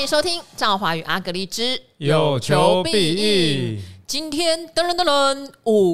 迎收听赵华与阿格丽之有求必应。 今天噔噔噔噔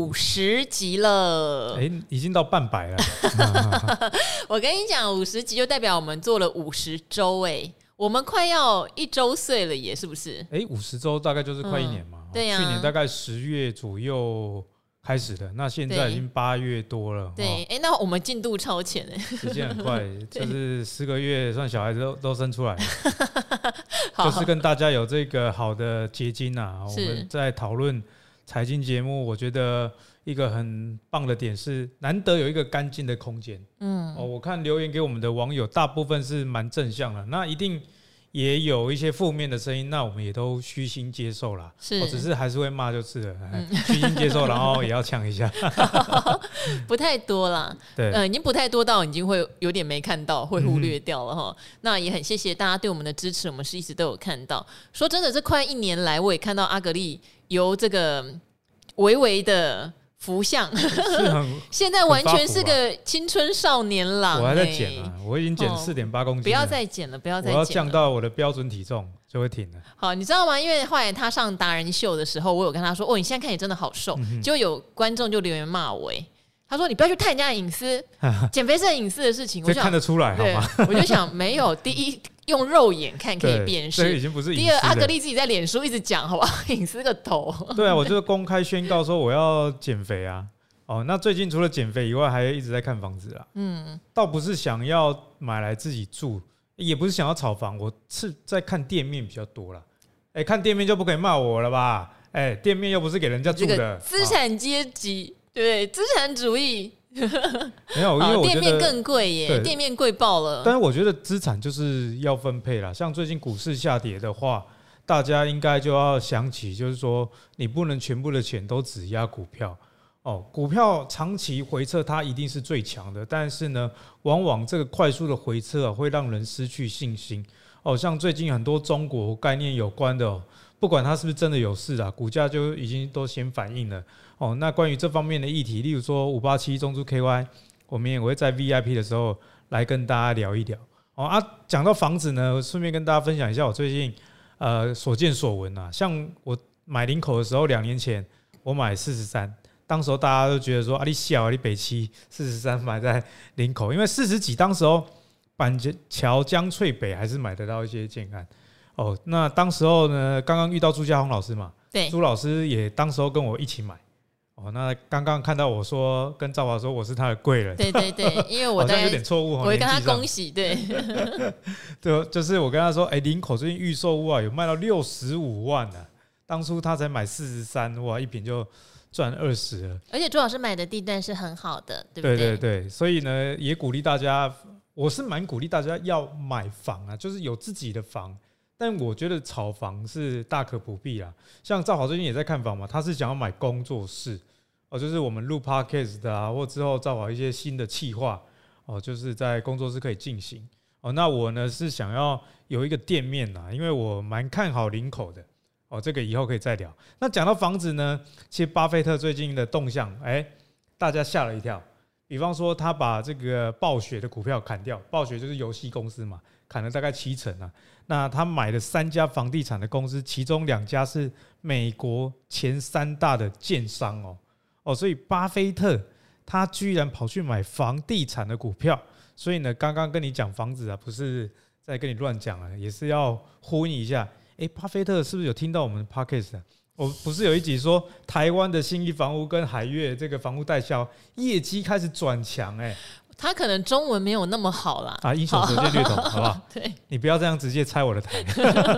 50集了， 已经到半百了。 我跟你讲，50集就代表我们做了50周，我们快要1周岁了耶，是不是 ？50周大概就是快1年嘛。 对呀， 去年大概10月左右开始的，那现在已经8月多了。 对，那我们进度超前时间很快，就是10个月，算小孩子都生出来了。就是跟大家有这个好的结晶啊。我们在讨论财经节目，我觉得一个很棒的点是，难得有一个干净的空间。我看留言给我们的网友，大部分是蛮正向的，那一定也有一些负面的声音，那我们也都虚心接受啦。只是还是会骂就是了，虚心接受，然后也要呛一下。 不太多啦，对，已经不太多到已经会有点没看到，会忽略掉了哈。那也很谢谢大家对我们的支持，我们是一直都有看到。说真的，这快1年来，我也看到阿格丽由这个微微的福相，现在完全是个青春少年郎。 我还在减啊，我已经减4.8公斤了， 不要再减了，不要再减了， 我要降到我的标准体重就会停了。 好，你知道吗？因为后来他上达人秀的时候，我有跟他说：“你现在看起来真的好瘦。”结果有观众就留言骂我，他说：“你不要去探人家的隐私，减肥是很隐私的事情。” 这看得出来好吗？ 我就想，没有，第一用肉眼看可以辨识， 这已经不是隐私。 第二，阿格丽自己在脸书一直讲，好不好？隐私个头。 对啊，我就公开宣告说我要减肥啊。那最近除了减肥以外，还一直在看房子啦。倒不是想要买来自己住，也不是想要炒房，我是在看店面比较多啦。看店面就不可以骂我了吧？店面又不是给人家住的。这个资产阶级，对，资产主义。 没有，因为我觉得店面更贵耶，店面贵爆了。 但是我觉得资产就是要分配啦。像最近股市下跌的话，大家应该就要想起，就是说你不能全部的钱都只押股票。股票长期回撤它一定是最强的，但是呢，往往这个快速的回撤会让人失去信心。像最近很多中国概念有关的，不管它是不是真的有事啊，股价就已经都先反应了。那关于这方面的议题，例如说587中租 KY， 我们也会在 VIP 的时候来跟大家聊一聊。讲到房子呢，顺便跟大家分享一下我最近所见所闻啊。像我买林口的时候，2年前我买43。当时候大家都觉得说你小啊，你北七43买在林口，因为40几当时候板桥江翠北还是买得到一些建案。那当时候呢，刚刚遇到朱家宏老师嘛， 对， 朱老师也当时候跟我一起买。那刚刚看到我说跟赵华说我是他的贵人， 对对对，因为我好像有点错误， 我会跟他恭喜，对， 对，就是我跟他说，林口最近预售屋啊有卖到65万啊，当初他才买43，哇，一坪就赚20了， 而且朱老师买的地段是很好的，对不对？ 对对对，所以呢，也鼓励大家，我是蛮鼓励大家要买房啊，就是有自己的房。但我觉得炒房是大可不必啦。像赵豪最近也在看房嘛，他是想要买工作室，就是我们录 podcast 的啊，或之后赵豪一些新的企划，就是在工作室可以进行。那我呢是想要有一个店面啊，因为我蛮看好林口的。这个以后可以再聊。那讲到房子呢，其实巴菲特最近的动向，大家吓了一跳。比方说，他把这个暴雪的股票砍掉，暴雪就是游戏公司嘛，砍了大概70%啊。那他买了3家房地产的公司，其中2家是美国前3大的建商所以巴菲特他居然跑去买房地产的股票。所以呢，刚刚跟你讲房子啊，不是在跟你乱讲啊，也是要呼应一下。巴菲特是不是有听到我们的 podcast 啊？我不是有一集说台湾的信义房屋跟海悦这个房屋代销业绩开始转强他可能中文没有那么好啦英雄所见略同，好不好？ 对， 你不要这样直接拆我的台。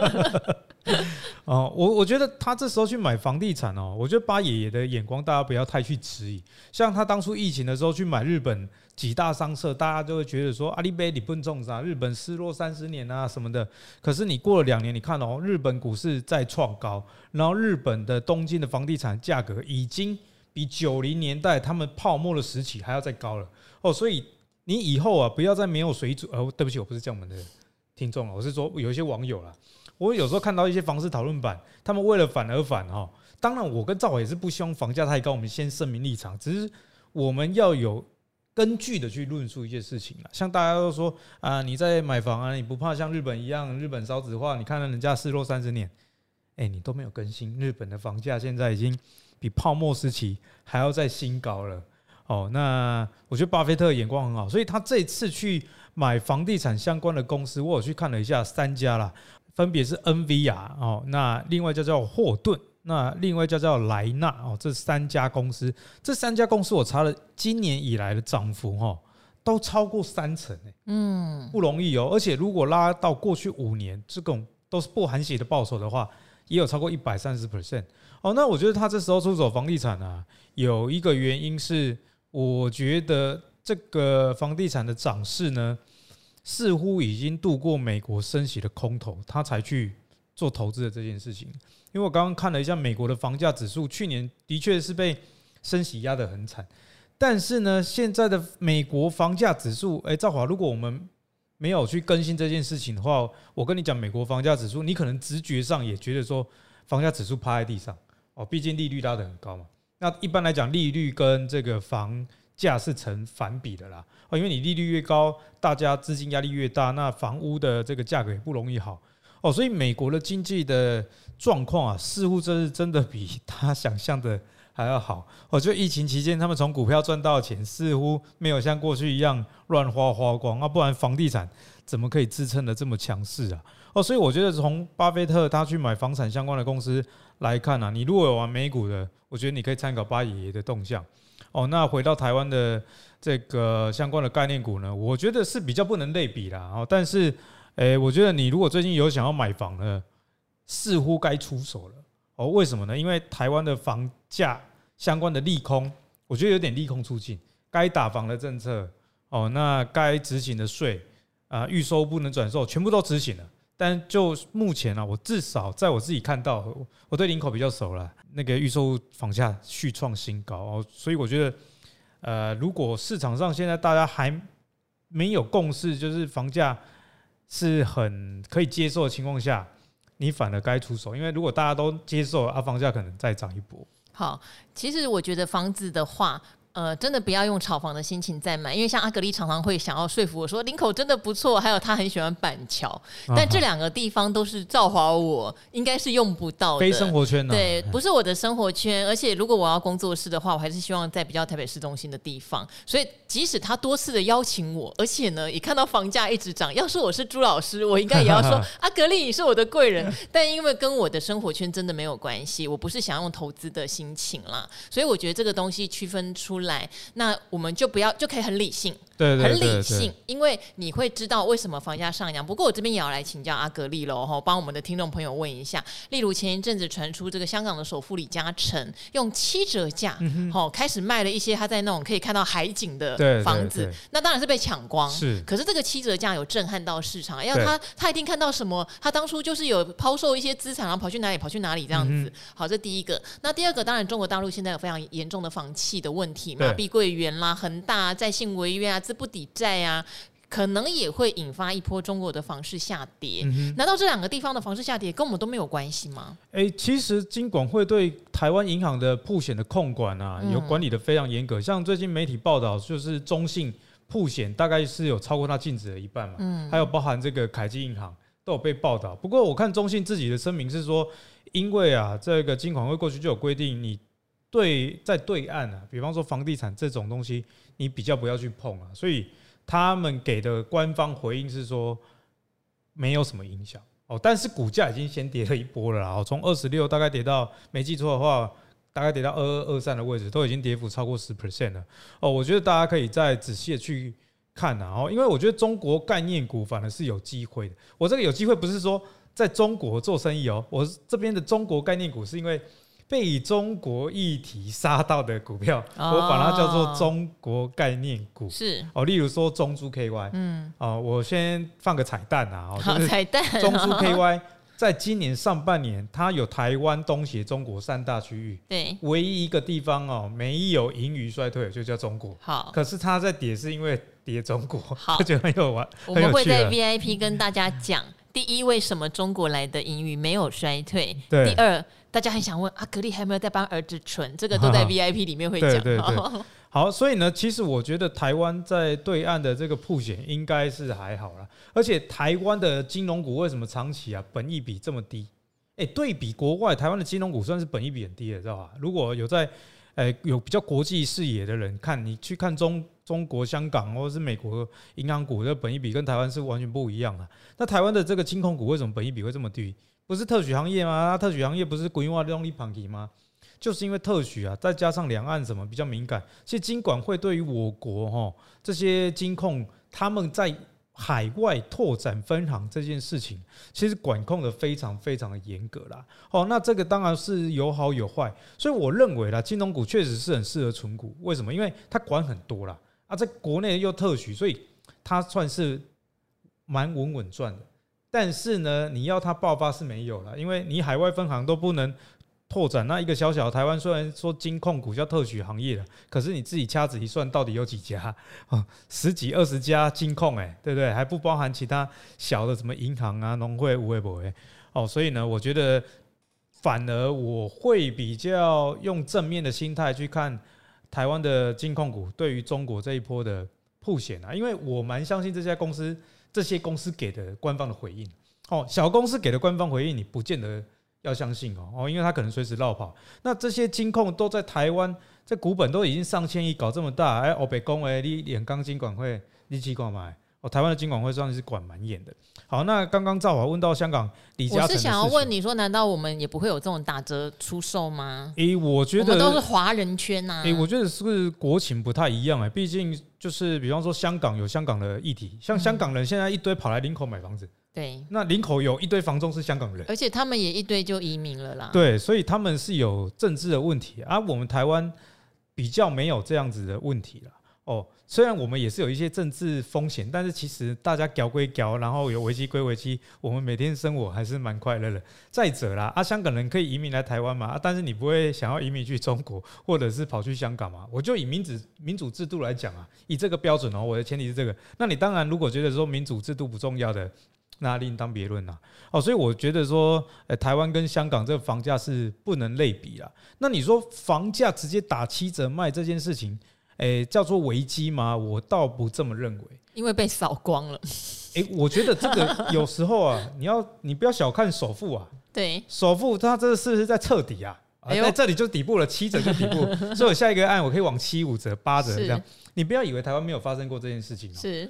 我觉得他这时候去买房地产我觉得巴爷爷的眼光大家不要太去质疑。像他当初疫情的时候去买日本几大商社，大家就会觉得说阿里贝你不种啥，日本失落30年啊什么的。可是你过了2年，你看日本股市在创高，然后日本的东京的房地产价格已经比90年代他们泡沫的时期还要再高了所以你以后啊不要再没有水准对不起，我不是叫我们的听众了，我是说有一些网友啦。我有时候看到一些房市讨论版，他们为了反而反当然我跟赵伟也是不希望房价太高，我们先声明立场，只是我们要有根据的去论述一些事情啦。像大家都说啊，你在买房啊，你不怕像日本一样，日本少子化，你看人家失落30年，你都没有更新，日本的房价现在已经比泡沫时期还要再新高了。那我觉得巴菲特眼光很好，所以他这一次去买房地产相关的公司，我有去看了一下3家啦，分别是 NVR，那另外叫霍顿，那另外叫莱纳，这3家公司，这3家公司我查了今年以来的涨幅都超过30%，不容易而且如果拉到过去5年，这种都是不含血的报酬的话，也有超过130%。那我觉得他这时候出手房地产啊，有一个原因是，我觉得这个房地产的涨势呢，似乎已经度过美国升息的空头，他才去做投资的这件事情。因为我刚刚看了一下美国的房价指数，去年的确是被升息压得很惨，但是呢，现在的美国房价指数，兆华，如果我们没有去更新这件事情的话，我跟你讲，美国房价指数，你可能直觉上也觉得说房价指数趴在地上，毕竟利率拉得很高嘛。那一般来讲，利率跟这个房价是成反比的啦，因为你利率越高，大家资金压力越大，那房屋的这个价格也不容易好所以美国的经济的状况啊，似乎这是真的比他想象的还要好。就疫情期间，他们从股票赚到的钱，似乎没有像过去一样乱花光不然房地产怎么可以支撑得这么强势啊？所以我觉得从巴菲特他去买房产相关的公司来看啊，你如果有玩美股的，我觉得你可以参考巴爷爷的动向。那回到台湾的这个相关的概念股呢，我觉得是比较不能类比啦。但是，我觉得你如果最近有想要买房呢，似乎该出手了。为什么呢？因为台湾的房价相关的利空，我觉得有点利空出尽，该打房的政策，那该执行的税预收不能转售，全部都执行了。但就目前我至少在我自己看到，我对林口比较熟了，那个预售房价续创新高所以我觉得，如果市场上现在大家还没有共识，就是房价是很可以接受的情况下，你反而该出手，因为如果大家都接受房价可能再涨一波。 好，其实我觉得房子的话，真的不要用炒房的心情再买，因为像阿格力常常会想要说服我说林口真的不错，还有他很喜欢板桥，但这2个地方都是兆华我应该是用不到的， 非生活圈对，不是我的生活圈。而且如果我要工作室的话，我还是希望在比较台北市中心的地方。所以即使他多次的邀请我，而且呢也看到房价一直涨，要是我是朱老师，我应该也要说阿格力你是我的贵人。但因为跟我的生活圈真的没有关系，我不是想用投资的心情啦，所以我觉得这个东西区分出来，那我们就不要，就可以很理性， 对， 很理性，因为你会知道为什么房价上扬。不过我这边也要来请教阿格力喽，帮我们的听众朋友问一下，例如前一阵子传出这个香港的首富李嘉诚用7折价，开始卖了一些他在那种可以看到海景的房子，对，那当然是被抢光。可是这个7折价有震撼到市场，他一定看到什么？他当初就是有抛售一些资产，然后跑去哪里这样子。好，这第一个。那第二个，当然中国大陆现在有非常严重的房企的问题嘛，碧桂园啦、恒大在信违约啊、资不抵债啊，可能也会引发一波中国的房市下跌。难道这2个地方的房市下跌跟我们都没有关系吗？ 其实金管会对台湾银行的曝险的控管有管理的非常严格。像最近媒体报道，就是中信曝险大概是有超过它净值的一半嘛，还有包含这个凯基银行都有被报道。不过我看中信自己的声明是说，因为这个金管会过去就有规定，你在对岸比方说房地产这种东西，你比较不要去碰所以他们给的官方回应是说没有什么影响但是股价已经先跌了一波了啦，从26大概跌到，没记错的话，大概跌到22、23的位置，都已经跌幅超过 10% 了我觉得大家可以再仔细的去看因为我觉得中国概念股反而是有机会的。我这个有机会不是说在中国做生意我这边的中国概念股是因为被中国议题杀到的股票，我把它叫做中国概念股。是例如说中租 KY，我先放个彩蛋好，彩蛋。 中租 KY 在今年上半年，它有台湾、东协、中国3大区域，对，唯一一个地方没有盈余衰退，就叫中国。好，可是它在跌，是因为跌中国，好，就很有玩。 我们会在 VIP 跟大家讲。第一，为什么中国来的盈余没有衰退？第二，大家很想问阿格力还有没有在帮儿子存，这个都在 VIP 里面会讲。 对， 好，所以呢，其实我觉得台湾在对岸的这个曝险应该是还好啦，而且台湾的金融股为什么长期本益比这么低？对比国外，台湾的金融股算是本益比很低的，知道吧？如果有在有比较国际视野的人看，你去看中国、香港或者是美国银行股的本益比跟台湾是完全不一样的。那台湾的这个金控股为什么本益比会这么低？不是特许行业吗？特许行业不是规划用力旁提吗？就是因为特许再加上两岸什么比较敏感，其实金管会对于我国这些金控他们在海外拓展分行这件事情，其实管控的非常非常的严格啦。那这个当然是有好有坏，所以我认为啦，金融股确实是很适合存股。为什么？因为它管很多啦，在国内又特许，所以它算是蛮稳稳赚的。但是呢，你要它爆发是没有啦，因为你海外分行都不能拓展，那一个小小的台湾虽然说金控股叫特许行业了，可是你自己掐指一算，到底有几家？10几20家金控对不对？还不包含其他小的什么银行啊、农会、有的没的所以呢，我觉得反而我会比较用正面的心态去看台湾的金控股对于中国这一波的曝险因为我蛮相信这些公司给的官方的回应小公司给的官方回应，你不见得要相信因为他可能随时绕跑。那这些金控都在台湾，这股本都已经上千亿，搞这么大，我被讲你连刚金管会你去干嘛？台湾的金管会算是管蛮严的。好，那刚刚赵华问到香港李嘉诚的事情， 我是想要问你说，难道我们也不会有这种打折出售吗？ 我觉得我们都是华人圈我觉得是国情不太一样毕竟就是比方说香港有香港的议题，像香港人现在一堆跑来林口买房子。 对， 那林口有一堆房仲是香港人， 而且他们也一堆就移民了啦。 对，所以他们是有政治的问题我们台湾比较没有这样子的问题啦。虽然我们也是有一些政治风险，但是其实大家搞归搞，然后有危机归危机，我们每天生活还是蛮快乐的。再者啦，香港人可以移民来台湾嘛但是你不会想要移民去中国，或者是跑去香港嘛？我就以民主制度来讲以这个标准我的前提是这个。那你当然如果觉得说民主制度不重要的，那另当别论所以我觉得说，台湾跟香港这个房价是不能类比啦。那你说房价直接打7折卖这件事情，叫做危机吗？我倒不这么认为，因为被扫光了。 我觉得这个有时候你不要小看首富对，首富他这是在彻底在这里就底部了，7折就底部，所以我下一个案我可以往7、5折、8折这样。你不要以为台湾没有发生过这件事情是。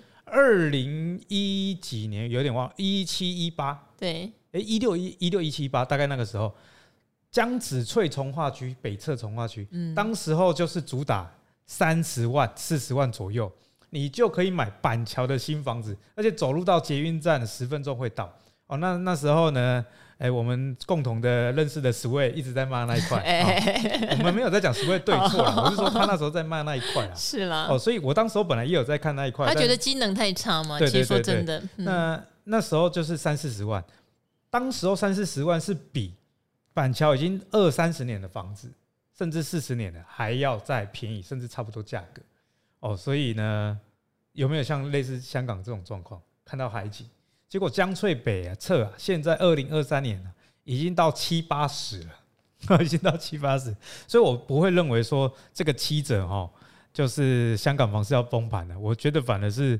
2010几年有点忘了，17、18对，16、17、18大概那个时候，江子翠从化区北侧从化区，当时候就是主打30万、40万左右，你就可以买板桥的新房子，而且走路到捷运站10分钟会到。那时候呢，我们共同的认识的Sway一直在骂那一块，我们没有在讲Sway对错啦，我是说他那时候在骂那一块啦。 是啦， 所以我当时候本来也有在看那一块， 他觉得机能太差嘛。 对对对对， 其实说真的， 那时候就是30-40万，当时候30-40万是比板桥已经20-30年的房子，甚至40年的还要再便宜，甚至差不多价格。所以呢，有没有像类似香港这种状况，看到海景？结果江翠北侧现在2023年已经到70-80了，已经到70-80，所以我不会认为说这个7折就是香港房市要崩盘了。我觉得反而是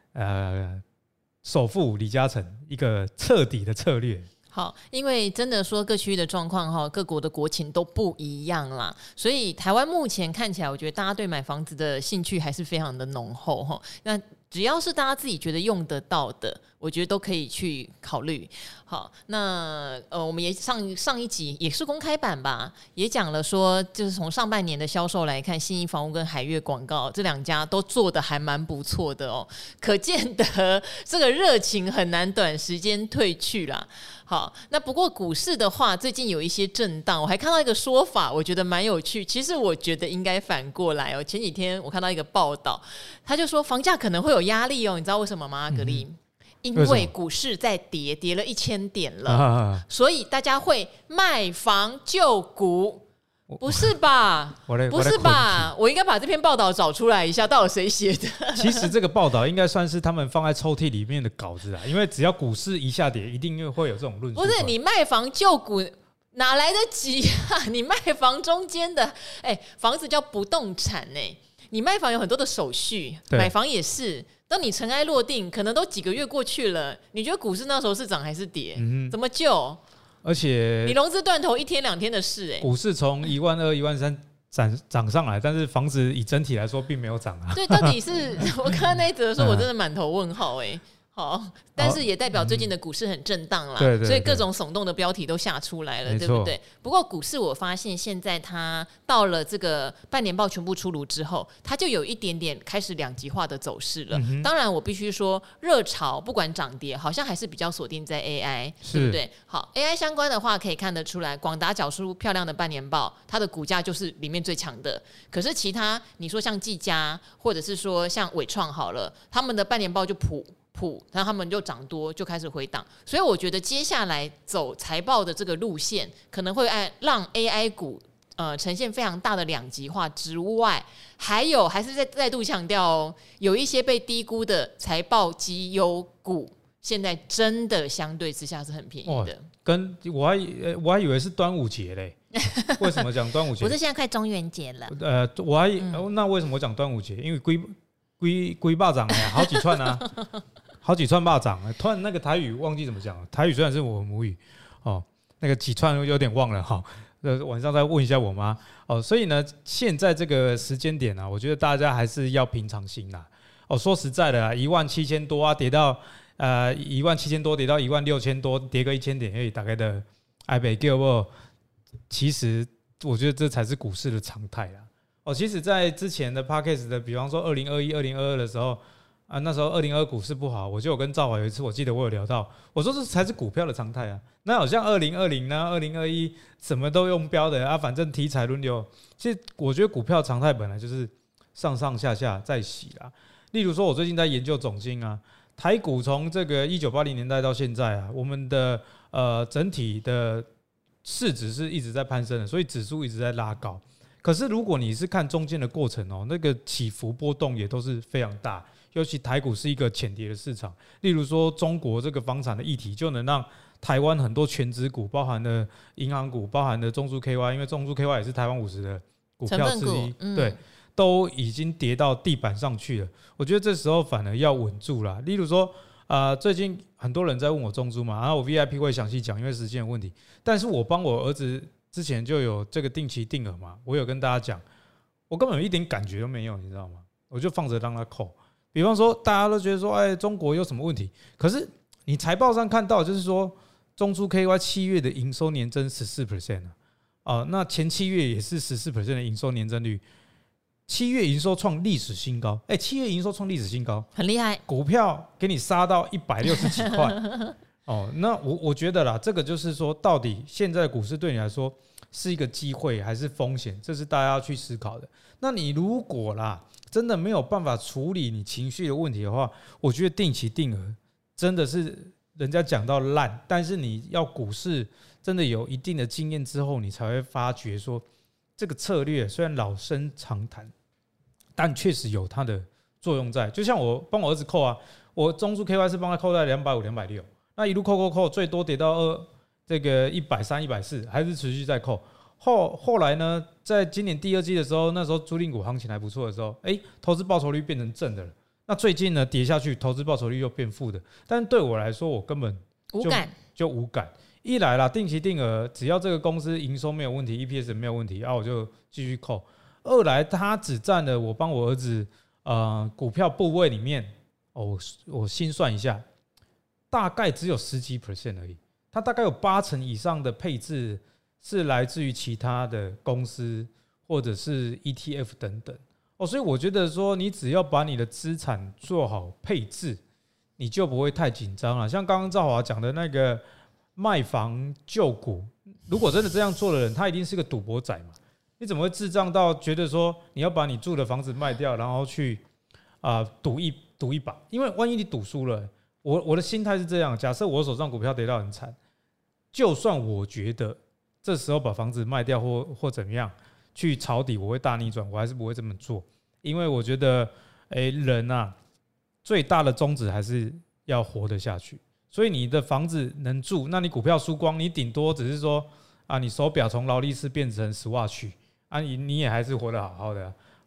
首富李嘉诚一个彻底的策略。 好，因为真的说各区域的状况各国的国情都不一样啦，所以台湾目前看起来，我觉得大家对买房子的兴趣还是非常的浓厚那只要是大家自己觉得用得到的，我觉得都可以去考虑。好，那我们也上一集也是公开版吧，也讲了说，就是从上半年的销售来看，信义房屋跟海悦广告这2家都做得还蛮不错的可见得这个热情很难短时间退去啦。好，那不过股市的话，最近有一些震荡，我还看到一个说法，我觉得蛮有趣。其实我觉得应该反过来前几天我看到一个报道，他就说房价可能会有压力你知道为什么吗？格力，因为股市在跌了1000点了，所以大家会卖房救股。不是吧？不是吧？我应该把这篇报道找出来一下，到底谁写的？ 其实这个报道应该算是他们放在抽屉里面的稿子因为只要股市一下跌，一定会有这种论述。 不是你卖房救股哪来得及你卖房中间的房子叫不动产你卖房有很多的手续，买房也是。当你尘埃落定，可能都几个月过去了，你觉得股市那时候是涨还是跌？怎么救？ 而且你融资断头1天2天的事， 股市从12000、13000涨上来，但是房子以整体来说并没有涨啊。 对，到底是我看到那一则的时候，我真的满头问号好，但是也代表最近的股市很震荡啦，所以各种耸动的标题都下出来了，对不对？不过股市我发现现在它到了这个半年报全部出炉之后，它就有一点点开始两极化的走势了。当然我必须说，热潮不管涨跌，好像还是比较锁定在 AI， 对不对？好 ，AI 相关的话可以看得出来，广达缴出漂亮的半年报，它的股价就是里面最强的。可是其他你说像技嘉，或者是说像伟创好了，他们的半年报就普，然后他们就涨多，就开始回档，所以我觉得接下来走财报的这个路线，可能会让 AI 股呈现非常大的两极化之外，还是再度强调有一些被低估的财报绩优股，现在真的相对之下是很便宜的。 跟我还以为是端午节嘞，为什么讲端午节？ 不是现在快中元节了。 那为什么我讲端午节？因为龟霸掌好几串啊。好几串霸掌，突然那个台语忘记怎么讲了。台语虽然是我母语那个几串有点忘了哈。晚上再问一下我妈所以呢，现在这个时间点啊，我觉得大家还是要平常心啦。说实在的，17000多啊，跌到17000多，跌到16000多，跌个1000点而已，大概的台北叫不？其实我觉得这才是股市的常态啦。其实，在之前的 podcast 的，比方说2021、2022的时候。那时候2022股市不好，我就有跟赵华有一次，我记得我有聊到，我说这才是股票的常态啊。那好像2020呢、2021什么都用标的反正题材轮流。其实我觉得股票常态本来就是上上下下在洗啦。例如说，我最近在研究总经啊，台股从这个1980年代到现在啊，我们的整体的市值是一直在攀升的，所以指数一直在拉高。可是如果你是看中间的过程那个起伏波动也都是非常大。尤其台股是一个浅跌的市场，例如说中国这个房产的议题，就能让台湾很多全指股，包含了银行股，包含了中租 KY， 因为中租 KY 也是台湾50的股票之一，对，都已经跌到地板上去了。我觉得这时候反而要稳住啦。例如说，最近很多人在问我中租嘛，然后我 VIP 会详细讲，因为时间的问题。但是我帮我儿子之前就有这个定期定额嘛，我有跟大家讲，我根本一点感觉都没有，你知道吗？我就放着让他扣。比方说，大家都觉得说，中国有什么问题？可是你财报上看到，就是说，中租 KY 7月的营收年增14%那前7月也是14% 的营收年增率，7月营收创历史新高，7月营收创历史新高， 很厉害， 股票给你杀到160几块那我觉得啦，这个就是说，到底现在的股市对你来说是一个机会还是风险，这是大家要去思考的。那你如果啦，真的没有办法处理你情绪的问题的话，我觉得定期定额真的是人家讲到烂，但是你要股市真的有一定的经验之后，你才会发觉说这个策略虽然老生常谈，但确实有它的作用在。就像我帮我儿子扣啊，我中租 KY 是帮他扣在250、260，那一路扣，最多跌到这个130、140，还是持续在扣。后来呢，在今年第2季的时候，那时候租赁股行情还不错的时候，投资报酬率变成正的了。那最近呢，跌下去，投资报酬率又变负的。但对我来说，我根本就无感。一来啦，定期定额，只要这个公司营收没有问题 ，EPS 没有问题，我就继续扣。二来，它只占了我帮我儿子股票部位里面，我心算一下，大概只有10几%而已。它大概有80%以上的配置是来自于其他的公司或者是 ETF 等等所以我觉得说，你只要把你的资产做好配置，你就不会太紧张了。像刚刚赵华讲的那个卖房救股，如果真的这样做的人，他一定是个赌博仔嘛？你怎么会智障到觉得说你要把你住的房子卖掉，然后去赌一把？因为万一你赌输了，我的心态是这样：假设我手上股票跌到很惨，就算我觉得这时候把房子卖掉或怎么样去抄底，我会大逆转，我还是不会这么做，因为我觉得，人最大的宗旨还是要活得下去。所以你的房子能住，那你股票输光，你顶多只是说你手表从劳力士变成Swatch你也还是活得好好的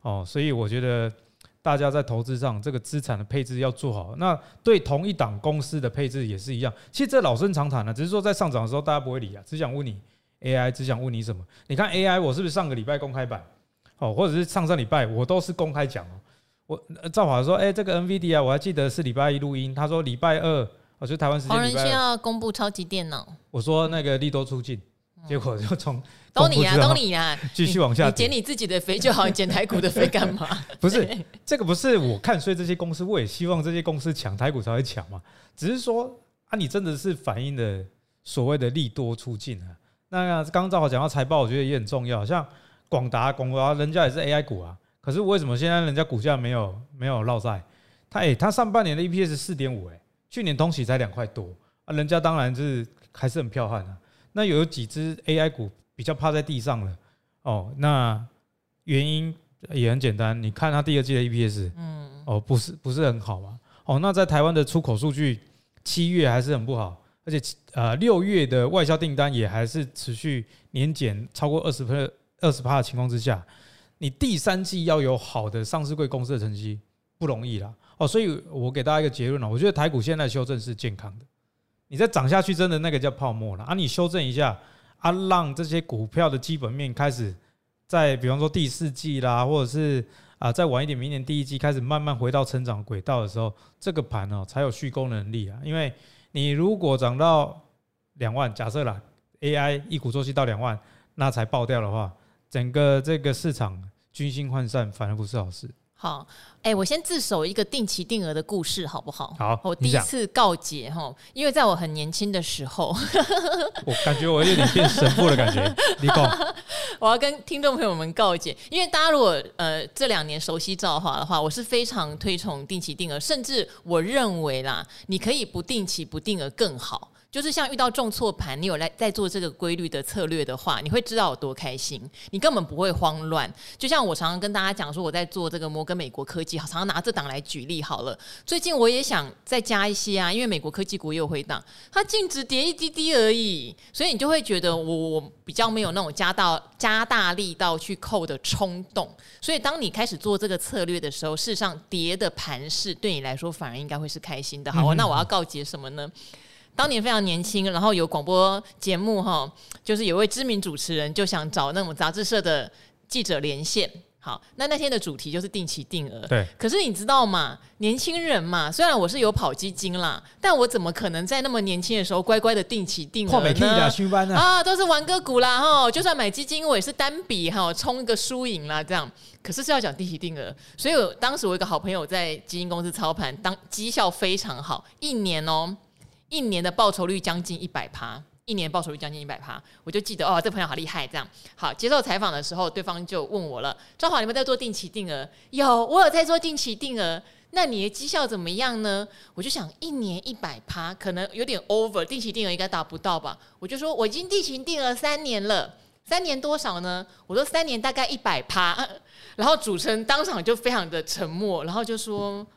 所以我觉得大家在投资上这个资产的配置要做好。那对同一档公司的配置也是一样。其实这老生常谈只是说在上涨的时候大家不会理只想问你 AI， 只想问你什么？你看 AI， 我是不是上个礼拜公开版或者是上上礼拜我都是公开讲我赵华说，这个 NVIDIA 我还记得是礼拜一录音，他说礼拜二，就台湾时间礼拜二， 黄仁勋要公布超级电脑， 我说那个利多出尽，结果就从懂你啊， 继续往下你捡你自己的肥就好，你捡台股的肥干嘛？ 不是这个不是我看衰这些公司，我也希望这些公司强，台股才会强嘛。只是说你真的是反映了所谓的利多出尽那刚刚赵华讲到财报，我觉得也很重要，像广达人家也是 AI 股可是为什么现在人家股价没有落赛？他上半年的 EPS 4.5，去年同期才2块多人家当然就是还是很彪悍那有几只 AI 股比较趴在地上了那原因也很简单，你看它第二季的 EPS，不是很好嘛那在台湾的出口数据7月还是很不好，而且6月的外销订单也还是持续年减超过20%的情况之下，你第三季要有好的上市柜公司的成绩不容易啦所以我给大家一个结论我觉得台股现在修正是健康的，你再涨下去真的那个叫泡沫了你修正一下让这些股票的基本面开始在比方说第4季啦，或者是再晚一点明年第1季开始慢慢回到成长轨道的时候，这个盘才有续攻能力因为你如果涨到2万，假设啦 AI 一鼓作气到2万，那才爆掉的话，整个这个市场军心涣散，反而不是好事。 好，我先自首一个定期定额的故事好不好？ 好， 我第一次告解因为在我很年轻的时候我感觉我有点变神父的感觉你讲我要跟听众朋友们告解，因为大家如果这2年熟悉赵华的话，我是非常推崇定期定额，甚至我认为啦，你可以不定期不定额更好。就是像遇到重挫盘，你有在做这个规律的策略的话，你会知道有多开心，你根本不会慌乱。就像我常常跟大家讲说，我在做这个摩根美国科技，常常拿这档来举例好了。最近我也想再加一些因为美国科技股也有回档，它净值跌一滴滴而已，所以你就会觉得我比较没有那种加大力道去扣的冲动。所以当你开始做这个策略的时候，事实上跌的盘势对你来说反而应该会是开心的。好，那我要告诫什么呢？当年非常年轻，然后有广播节目就是有位知名主持人就想找那种杂志社的记者连线。好，那天的主题就是定期定额。 对。 可是你知道吗？年轻人嘛，虽然我是有跑基金啦，但我怎么可能在那么年轻的时候乖乖的定期定额呢？都是玩个股啦就算买基金，我也是单笔冲一个输赢啦这样。可是要讲定期定额，所以当时我有一个好朋友在基金公司操盘，绩效非常好，一年的报酬率将近100%，我就记得这朋友好厉害，这样好。接受采访的时候，对方就问我了：赵华，你们在做定期定额？我有在做定期定额。那你的绩效怎么样呢？我就想1年100%可能有点 over， 定期定额应该达不到吧？我就说我已经定期定额3年了，3年多少呢？我说3年大概100%。然后主持人当场就非常的沉默，然后就说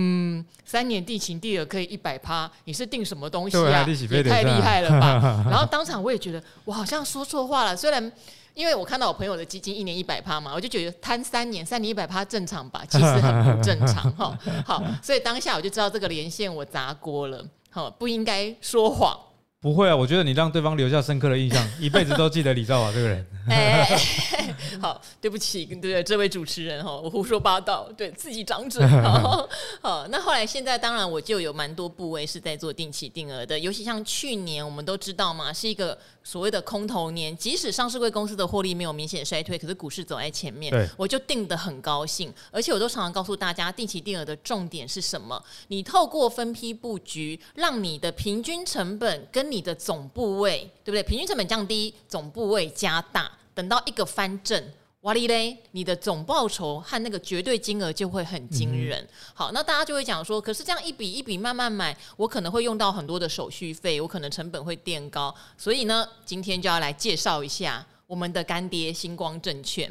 ：3年定期定额可以100%，你是定什么东西啊？也太厉害了吧！然后当场我也觉得我好像说错话了，虽然因为我看到我朋友的基金1年100%嘛，我就觉得摊3年100%正常吧，其实很不正常好，所以当下我就知道这个连线我砸锅了，不应该说谎。 不会我觉得你让对方留下深刻的印象，一辈子都记得李兆华这个人。 好，对不起，对这位主持人我胡说八道，对自己长准。好，那后来现在当然我就有蛮多部位是在做定期定额的，尤其像去年我们都知道嘛，是一个所谓的空头年，即使上市柜公司的获利没有明显衰退，可是股市走在前面，我就定得很高兴。而且我都常常告诉大家，定期定额的重点是什么？你透过分批布局，让你的平均成本跟你的总部位，对不对？平均成本降低，总部位加大，等到一个翻正，哇哩嘞，你的总报酬和那个绝对金额就会很惊人。好，那大家就会讲说，可是这样一笔一笔慢慢买，我可能会用到很多的手续费，我可能成本会垫高。所以呢，今天就要来介绍一下我们的干爹星光证券。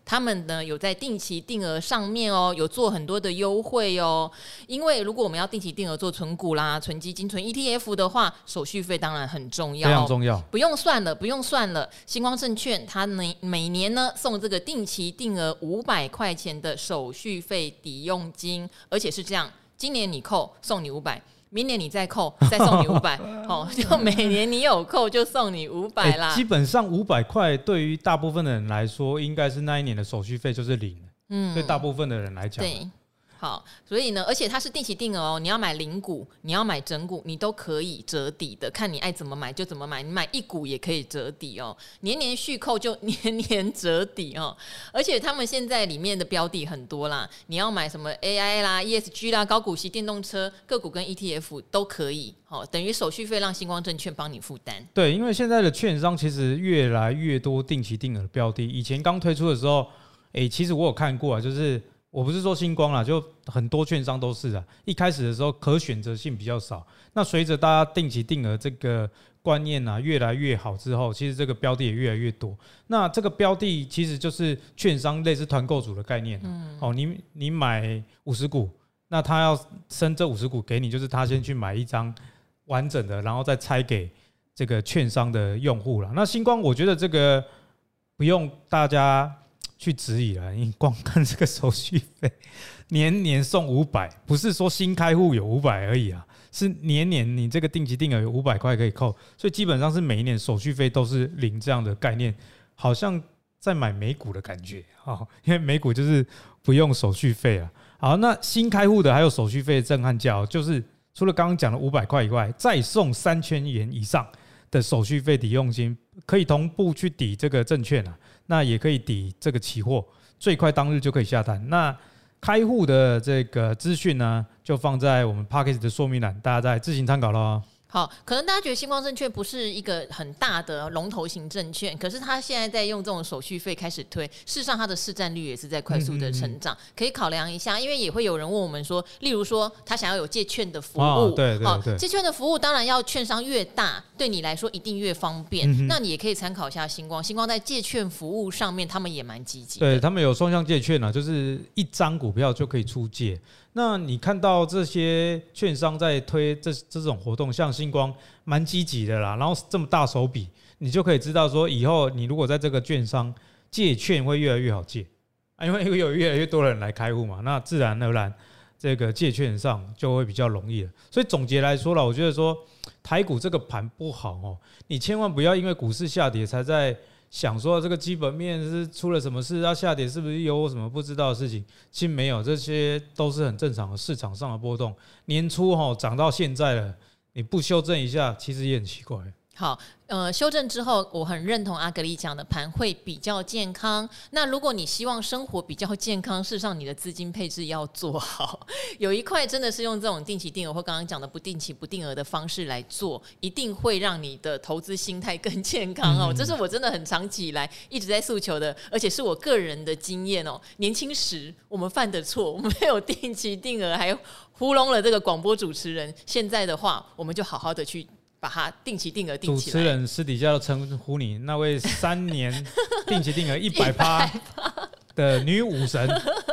他们呢有在定期定额上面哦，有做很多的优惠哦。因为如果我们要定期定额做存股啦、存基金、存 ETF 的话，手续费当然很重要， 非常重要。 不用算了，星光证券它每年呢送这个定期定额500块钱的手续费抵用金，而且是这样，今年你扣送你500。明年你再扣，再送你500，就每年你有扣就送你500啦。 基本上500块对于大部分的人来说，应该是那一年的手续费就是零。对大部分的人来讲， 对。好，所以呢，而且它是定期定额哦，你要买零股，你要买整股，你都可以折抵的，看你爱怎么买就怎么买，你买1股也可以折抵哦，年年续扣就年年折抵哦。而且他们现在里面的标的很多啦，你要买什么 AI 啦、ESG 啦、高股息电动车个股跟 ETF 都可以，等于手续费让星光证券帮你负担。 对，因为现在的券商其实越来越多定期定额的标的，以前刚推出的时候，其实我有看过啊，就是我不是说星光啦，就很多券商都是啊。一开始的时候可选择性比较少，那随着大家定期定额这个观念啊越来越好之后，其实这个标的也越来越多。那这个标的其实就是券商类似团购组的概念你买50股，那他要生这50股给你，就是他先去买一张完整的，然后再拆给这个券商的用户啦。那星光我觉得这个不用大家去质疑了，你光看这个手续费，年年送500，不是说新开户有500而已啊，是年年你这个定期定额有500块可以扣，所以基本上是每一年手续费都是零这样的概念，好像在买美股的感觉因为美股就是不用手续费啊。好，那新开户的还有手续费的震撼价就是除了刚刚讲的500块以外，再送3000元以上的手续费抵用金，可以同步去抵这个证券啊。那也可以抵这个期货，最快当日就可以下单。那开户的这个资讯呢，就放在我们 Podcast 的说明栏，大家再自行参考咯。 好，可能大家觉得星光证券不是一个很大的龙头型证券，可是它现在在用这种手续费开始推，事实上它的市占率也是在快速的成长，可以考量一下。因为也会有人问我们说，例如说他想要有借券的服务， 对， 借券的服务当然要券商越大，对你来说一定越方便。那你也可以参考一下星光在借券服务上面，他们也蛮积极的。 对，他们有双向借券就是一张股票就可以出借。那你看到这些券商在推这种活动，像星光蛮积极的啦，然后这么大手笔，你就可以知道说，以后你如果在这个券商借券会越来越好借因为有越来越多人来开户嘛，那自然而然这个借券上就会比较容易了。所以总结来说啦，我觉得说台股这个盘不好你千万不要因为股市下跌才在想说这个基本面是出了什么事，下跌是不是有什么不知道的事情？其实没有，这些都是很正常的市场上的波动。年初涨到现在了，你不修正一下，其实也很奇怪。 好，修正之后，我很认同阿格丽讲的，盘会比较健康。那如果你希望生活比较健康，事实上你的资金配置要做好。有一块真的是用这种定期定额或刚刚讲的不定期不定额的方式来做，一定会让你的投资心态更健康这是我真的很长期以来一直在诉求的，而且是我个人的经验年轻时我们犯的错，我们没有定期定额，还糊弄了这个广播主持人。现在的话，我们就好好的去把它定期定额定起来。 主持人私底下都称呼你那位3年定期定额100%的女武神。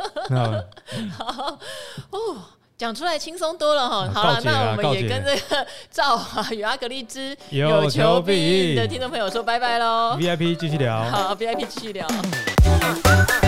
讲出来轻松多了好了，那我们也跟这个赵华与阿格丽之有求必应的听众朋友说拜拜咯。 VIP 继续聊。 好， VIP 继续聊。